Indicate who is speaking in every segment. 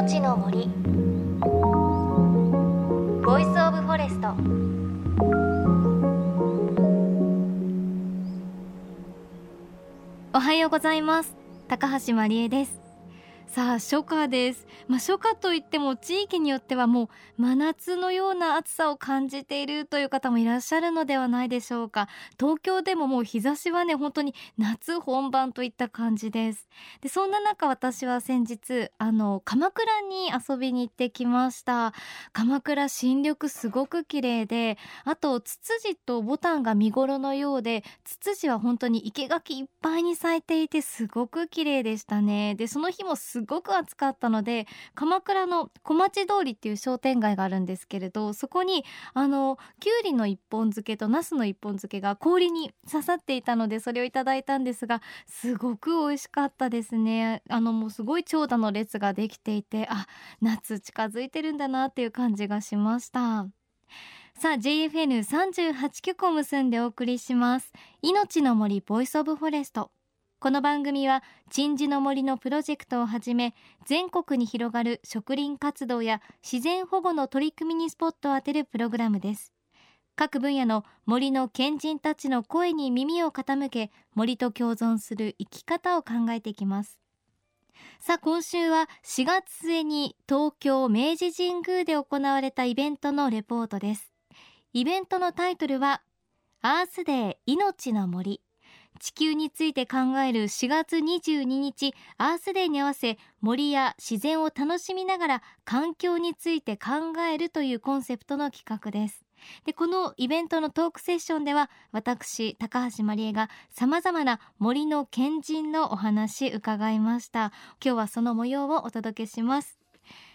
Speaker 1: 命の森ボイスオブフォレスト。おはようございます。高橋真理恵です。さあ初夏です。初夏といっても地域によってはもう真夏のような暑さを感じているという方もいらっしゃるのではないでしょうか。東京でももう日差しはね本当に夏本番といった感じです。でそんな中私は先日鎌倉に遊びに行ってきました。鎌倉新緑すごく綺麗で、あとツツジとボタンが見頃のようで、ツツジは本当に生垣いっぱいに咲いていてすごく綺麗でしたね。でその日もすごく暑かったので、鎌倉の小町通りっていう商店街があるんですけれど、そこにきゅうりの一本漬けとナスの一本漬けが氷に刺さっていたので、それをいただいたんですがすごく美味しかったですね。もうすごい長蛇の列ができていて、夏近づいてるんだなっていう感じがしました。さあ JFN38 局を結んでお送りします命の森ボイスオブフォレスト。この番組は鎮守の森のプロジェクトをはじめ、全国に広がる植林活動や自然保護の取り組みにスポットを当てるプログラムです。各分野の森の賢人たちの声に耳を傾け、森と共存する生き方を考えていきます。さあ今週は4月末に東京明治神宮で行われたイベントのレポートです。イベントのタイトルはアースデー命の森。地球について考える4月22日アースデーに合わせ、森や自然を楽しみながら環境について考えるというコンセプトの企画です。でこのイベントのトークセッションでは、私高橋真理恵がさまざまな森の賢人のお話伺いました。今日はその模様をお届けします。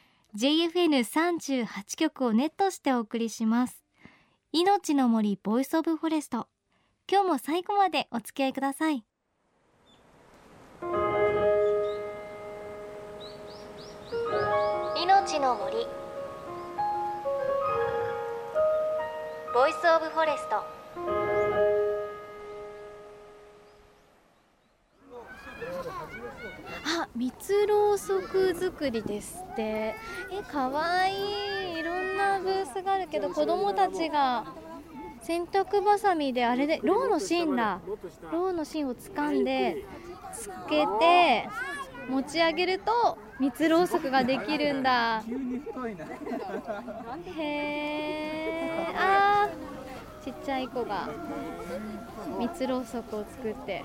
Speaker 1: JFN38 局をネットしてお送りします命の森ボイスオブフォレスト。今日も最後までお付き合いください。命の森ボイスオブフォレスト。蜜ろうそく作りですって。かわいい。いろんなブースがあるけど、子供たちが洗濯バサミであれでろうの芯だ。ろうの芯を掴んでつけて持ち上げると蜜ろうそくができるんだ。へー、ちっちゃい子が蜜ろうそくを作って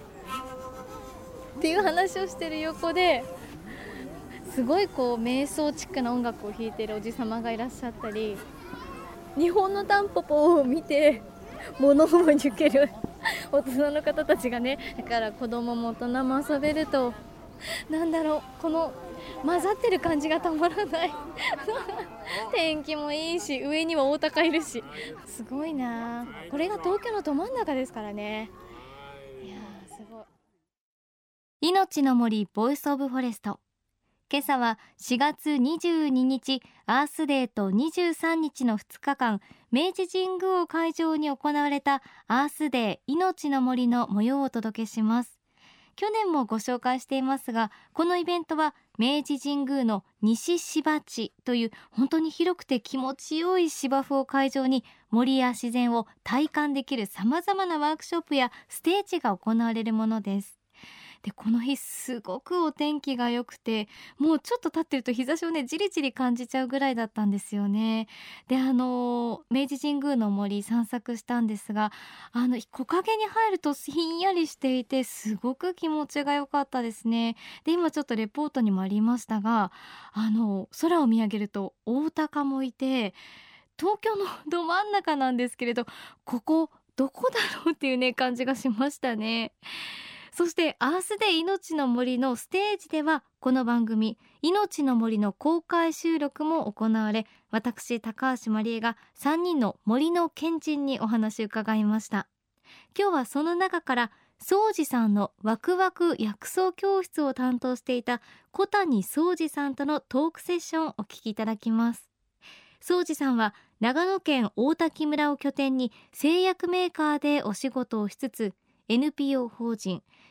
Speaker 1: っていう話をしてる横で、すごい瞑想チックな音楽を弾いてるおじさまがいらっしゃったり、日本のタンポポを見て物思いに受ける大人の方たちがね。だから子供も大人も遊べると、この混ざってる感じがたまらない天気もいいし、上には大鷹いるし、すごいな。これが東京のど真ん中ですからね。いやーすごい。命の森ボイスオブフォレスト。今朝は4月22日アースデーと23日の2日間、明治神宮を会場に行われたアースデー命の森の模様をお届けします。去年もご紹介していますが、このイベントは明治神宮の西芝地という本当に広くて気持ちよい芝生を会場に、森や自然を体感できるさまざまなワークショップやステージが行われるものです。でこの日すごくお天気が良くて、もうちょっと経ってると日差しをねじりじり感じちゃうぐらいだったんですよね。で明治神宮の森散策したんですが、木陰に入るとひんやりしていてすごく気持ちが良かったですね。で今ちょっとレポートにもありましたが、空を見上げると大鷹もいて、東京のど真ん中なんですけれど、ここどこだろうっていうね感じがしましたね。そしてアースデー命の森のステージでは、この番組命の森の公開収録も行われ、私高橋真理恵が3人の森の賢人にお話を伺いました。今日はその中から宗司さんのワクワク薬草教室を担当していた小谷宗司さんとのトークセッションをお聞きいただきます。宗司さんは長野県大滝村を拠点に製薬メーカーでお仕事をしつつ、NPO 法人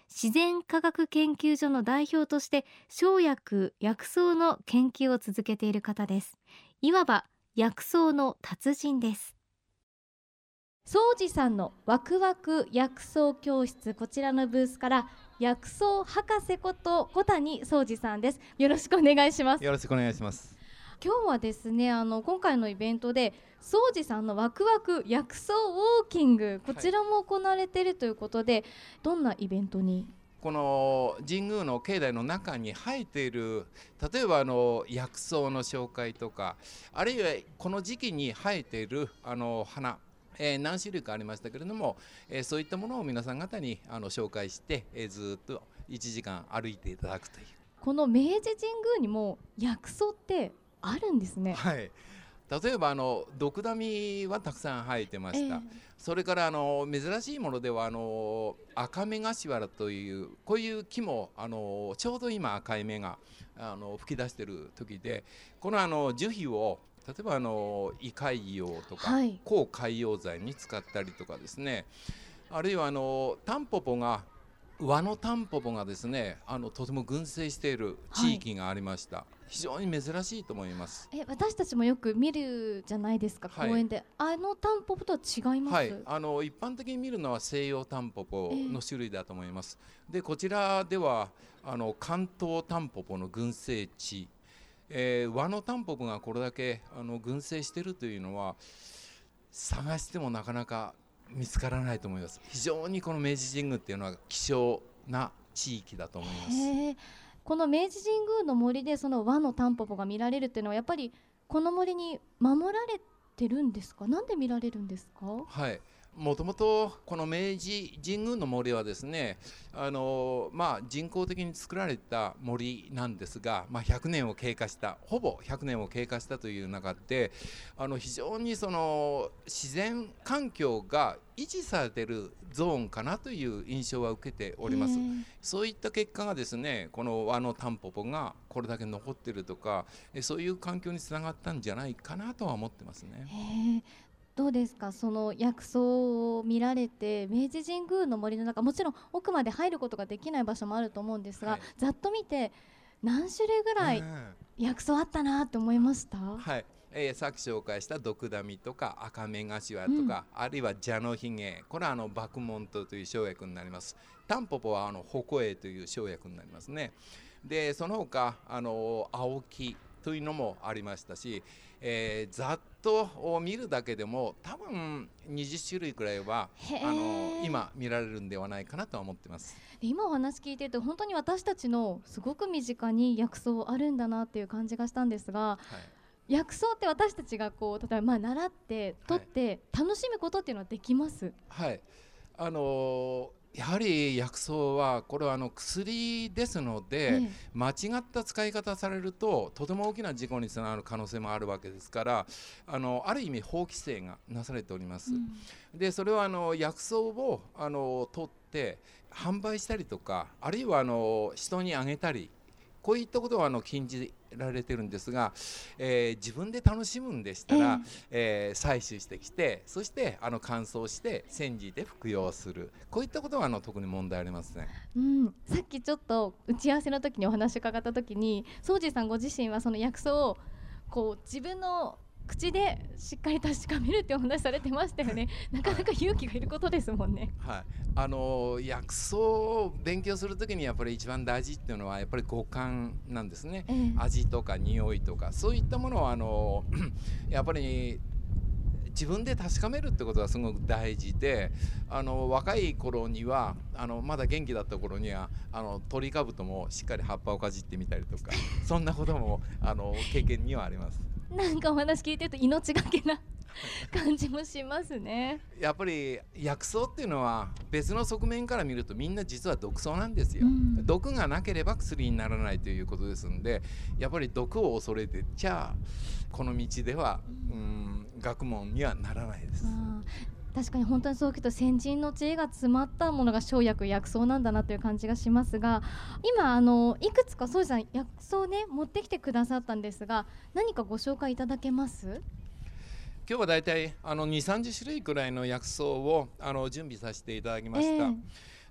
Speaker 1: 自然科学研究所の代表として生薬薬草の研究を続けている方です。いわば薬草の達人です。宗司さんのワクワク薬草教室、こちらのブースから薬草博士こと小谷宗司さんです。よろしくお願いします。
Speaker 2: よろしくお願いします。
Speaker 1: 今日はですね、今回のイベントで宗司さんのワクワク薬草ウォーキング、こちらも行われているということで、どんなイベントに？
Speaker 2: この神宮の境内の中に生えている、例えば薬草の紹介とか、あるいはこの時期に生えている花、何種類かありましたけれども、そういったものを皆さん方に紹介して、ずっと1時間歩いていただくという。
Speaker 1: この明治神宮にも薬草ってあるんですね。
Speaker 2: はい、例えばドクダミはたくさん生えてました。それから珍しいものでは赤目柏というこういう木もちょうど今赤い芽が吹き出している時で、この樹皮を例えば胃潰瘍とか、抗潰瘍剤に使ったりとかですね、あるいはタンポポが和のタンポポがですねとても群生している地域がありました。非常に珍しいと思います。
Speaker 1: 私たちもよく見るじゃないですか、公園で。タンポポとは違います？
Speaker 2: はい、一般的に見るのは西洋タンポポの種類だと思います。でこちらでは関東タンポポの群生地、和のタンポポがこれだけ群生しているというのは探してもなかなか見つからないと思います。非常にこの明治神宮っていうのは希少な地域だと思います。
Speaker 1: この明治神宮の森でその和のタンポポが見られるっていうのはやっぱりこの森に守られてるんですか？なんで見られるんですか？
Speaker 2: はい、もともとこの明治神宮の森はですね人工的に作られた森なんですが、100年を経過したほぼ100年を経過したという中で非常にその自然環境が維持されているゾーンかなという印象は受けております。そういった結果がですね、この和のタンポポがこれだけ残っているとか、そういう環境につながったんじゃないかなとは思ってますね。
Speaker 1: どうですか、その薬草を見られて、明治神宮の森の中、もちろん奥まで入ることができない場所もあると思うんですが、ざっと見て何種類ぐらい薬草あったなって思いました？
Speaker 2: さっき紹介したドクダミとか赤目柏とか、あるいは蛇のひげ、これは爆門という生薬になります。タンポポはホコエという生薬になりますね。でその他青木というのもありましたし、ざっと見るだけでも多分20種類くらいは今見られるんではないかなとは思ってます。
Speaker 1: 今お話聞いてると本当に私たちのすごく身近に薬草あるんだなっていう感じがしたんですが、薬草って私たちがこう例えば習って取って楽しむことっていうのはできます？
Speaker 2: やはり薬草はこれは薬ですので、間違った使い方されるととても大きな事故につながる可能性もあるわけですから、ある意味法規制がなされております。でそれは薬草を取って販売したりとか、あるいは人にあげたり、こういったことは禁じられてるんですが、自分で楽しむんでしたら、採取してきて、そして乾燥して煎じて服用する、こういったことは特に問題ありますね。
Speaker 1: さっきちょっと打ち合わせの時にお話を伺った時に、宗司さんご自身はその薬草をこう自分の口でしっかり確かめるってお話されてましたよね。なかなか勇気がいることですもんね。
Speaker 2: 薬草を勉強するときにやっぱり一番大事っていうのはやっぱり五感なんですね。味とか匂いとかそういったものをやっぱり自分で確かめるってことがすごく大事で、若い頃にはまだ元気だった頃にはトリカブトもしっかり葉っぱをかじってみたりとかそんなことも経験にはあります。
Speaker 1: なんかお話聞いてると命がけな感じもしますね。
Speaker 2: やっぱり薬草っていうのは別の側面から見るとみんな実は毒草なんですよ。毒がなければ薬にならないということですんで、やっぱり毒を恐れてちゃこの道では学問にはならないです。
Speaker 1: 確かに本当にそう聞くと先人の知恵が詰まったものが生薬薬草なんだなという感じがしますが、今いくつか宗司さん薬草ね持ってきてくださったんですが、何かご紹介いただけます？
Speaker 2: 今日はだいたい2、30種類くらいの薬草を準備させていただきました。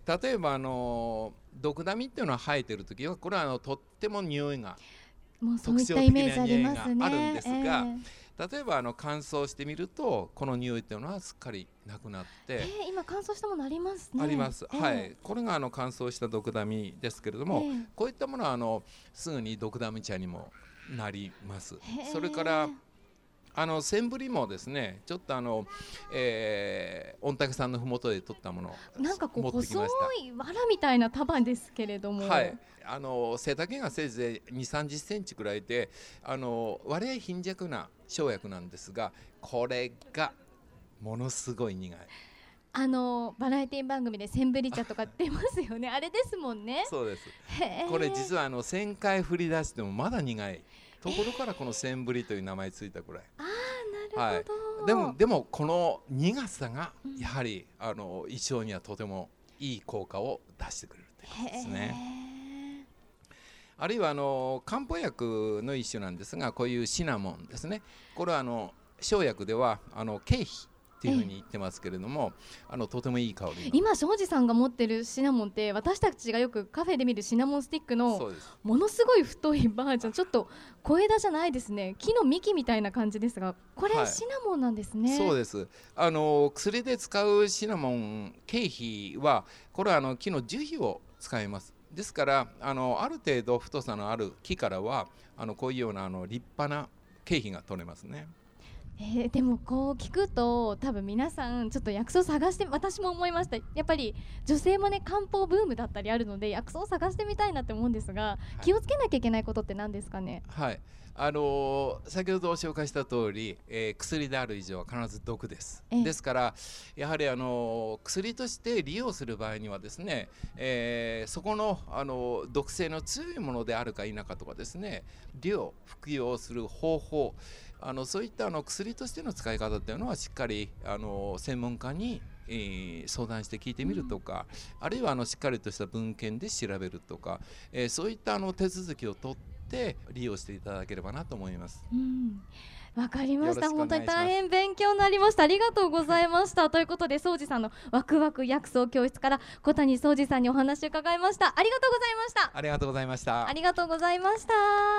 Speaker 2: 例えばドクダミっていうのは生えてる時はこれはとっても匂いが
Speaker 1: もうそういっ
Speaker 2: 特徴的
Speaker 1: たイメージあ
Speaker 2: な匂いが
Speaker 1: りますね。
Speaker 2: あるんですが、例えば乾燥してみるとこの匂いっていうのはすっかりなくなって、
Speaker 1: 今乾燥したものありますね。
Speaker 2: あります、はい。これが乾燥したドクダミですけれども、こういったものはすぐにドクダミ茶にもなります。それからセンブリもですね、ちょっと御嶽山のふもとで取ったものを
Speaker 1: なんかこう
Speaker 2: 持ってきました。
Speaker 1: 細い藁みたいな束ですけれども、
Speaker 2: はい、背丈がせいぜい2、30センチくらいで割合貧弱な生薬なんですが、これがものすごい苦い。
Speaker 1: バラエティ番組でセンブリ茶とか出ますよね。あれですもんね。
Speaker 2: そうです。これ実は1000回振り出してもまだ苦いところからこのセンブリという名前ついたくらい。
Speaker 1: なるほ
Speaker 2: ど、はい、でもこの苦さがやはり胃腸にはとてもいい効果を出してくれるということですね。あるいは漢方薬の一種なんですが、こういうシナモンですね。これは生薬では桂皮っていうふうに言ってますけれども、とてもいい香り。
Speaker 1: 今庄司さんが持ってるシナモンって私たちがよくカフェで見るシナモンスティックのものすごい太いバージョン、ちょっと小枝じゃないですね、木の幹みたいな感じですが、これシナモンなんですね。
Speaker 2: そうです。薬で使うシナモン桂皮はこれは木の樹皮を使います。ですからある程度太さのある木からはこういうような立派な桂皮が取れますね。
Speaker 1: でもこう聞くと多分皆さんちょっと薬草探して、私も思いました。やっぱり女性もね漢方ブームだったりあるので薬草を探してみたいなって思うんですが、気をつけなきゃいけないことって何ですかね。
Speaker 2: はい、先ほど紹介した通り、薬である以上は必ず毒です。ですからやはり薬として利用する場合にはですね、そこの毒性の強いものであるか否かとかですね、量服用する方法、そういった薬としての使い方っていうのはしっかり専門家に相談して聞いてみるとか、あるいはしっかりとした文献で調べるとか、そういった手続きを取って利用していただければなと思います。
Speaker 1: わかりました。本当に大変勉強になりました。ありがとうございましたということで庄司さんのワクワク薬草教室から小谷庄司さんにお話を伺いました。ありがとうございました。
Speaker 2: ありがとうございました。
Speaker 1: ありがとうございました。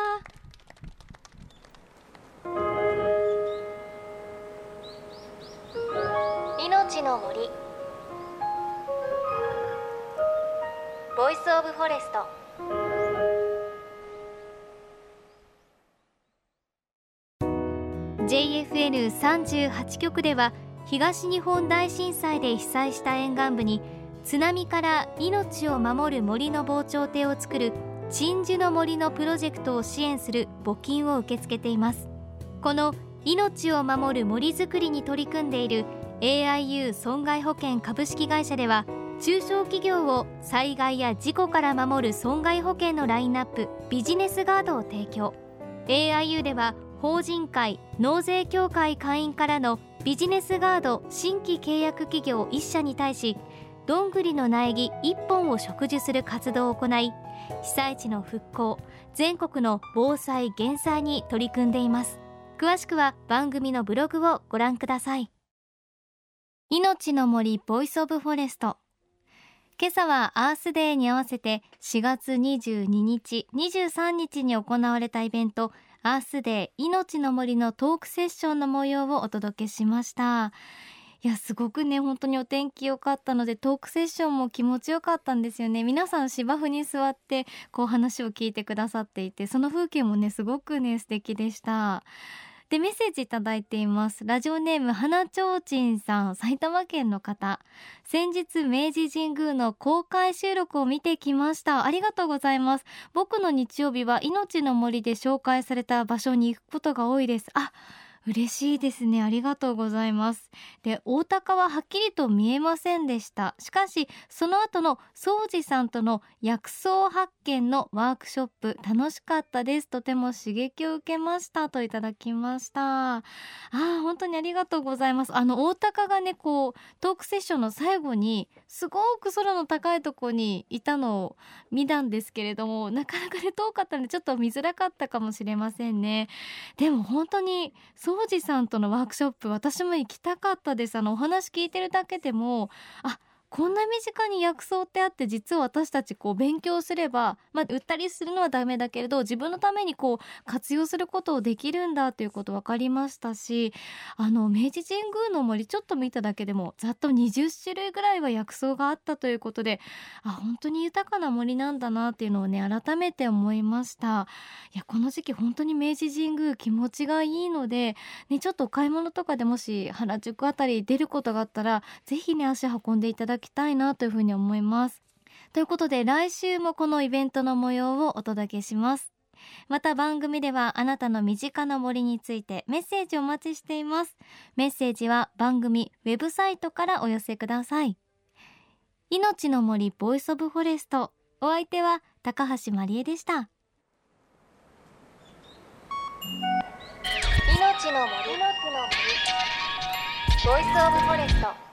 Speaker 1: 命の森、ボイスオブフォレスト。JFN38 局では東日本大震災で被災した沿岸部に津波から命を守る森の防潮堤を作る鎮守の森のプロジェクトを支援する募金を受け付けています。この命を守る森づくりに取り組んでいる AIU 損害保険株式会社では、中小企業を災害や事故から守る損害保険のラインナップビジネスガードを提供。 AIU では法人会納税協会会員からのビジネスガード新規契約企業1社に対し、どんぐりの苗木1本を植樹する活動を行い、被災地の復興、全国の防災減災に取り組んでいます。詳しくは番組のブログをご覧ください。命の森ボイスオブフォレスト。今朝はアースデーに合わせて4月22日、23日に行われたイベントアースデー命の森のトークセッションの模様をお届けしました。いやすごくね、本当にお天気良かったのでトークセッションも気持ちよかったんですよね。皆さん芝生に座ってこう話を聞いてくださっていて、その風景もねすごくね素敵でした。でメッセージいただいています。ラジオネーム花ちょうちんさん、埼玉県の方。先日明治神宮の公開収録を見てきました。ありがとうございます。僕の日曜日は命の森で紹介された場所に行くことが多いです。嬉しいですね。ありがとうございます。で、大高ははっきりと見えませんでした。しかしその後の庄司さんとの薬草発見のワークショップ楽しかったです。とても刺激を受けましたといただきました。本当にありがとうございます。大高がねこうトークセッションの最後にすごく空の高いところにいたのを見たんですけれども、なかなかね遠かったのでちょっと見づらかったかもしれませんね。でも本当に庄司さんとのワークショップ私も行きたかったです。お話聞いてるだけでもこんな身近に薬草ってあって、実は私たち勉強すれば、売ったりするのはダメだけれど、自分のために活用することをできるんだということ分かりましたし、明治神宮の森ちょっと見ただけでもざっと20種類ぐらいは薬草があったということで、本当に豊かな森なんだなっていうのをね、改めて思いました。いや、この時期本当に明治神宮気持ちがいいので、ちょっとお買い物とかでもし原宿あたり出ることがあったら、ぜひね足運んでいただきたいなというふうに思います。ということで、来週もこのイベントの模様をお届けします。また番組ではあなたの身近な森についてメッセージをお待ちしています。メッセージは番組ウェブサイトからお寄せください。命の森ボイスオブフォレスト、お相手は高橋まりえでした。命の森ボイスオブフォレスト。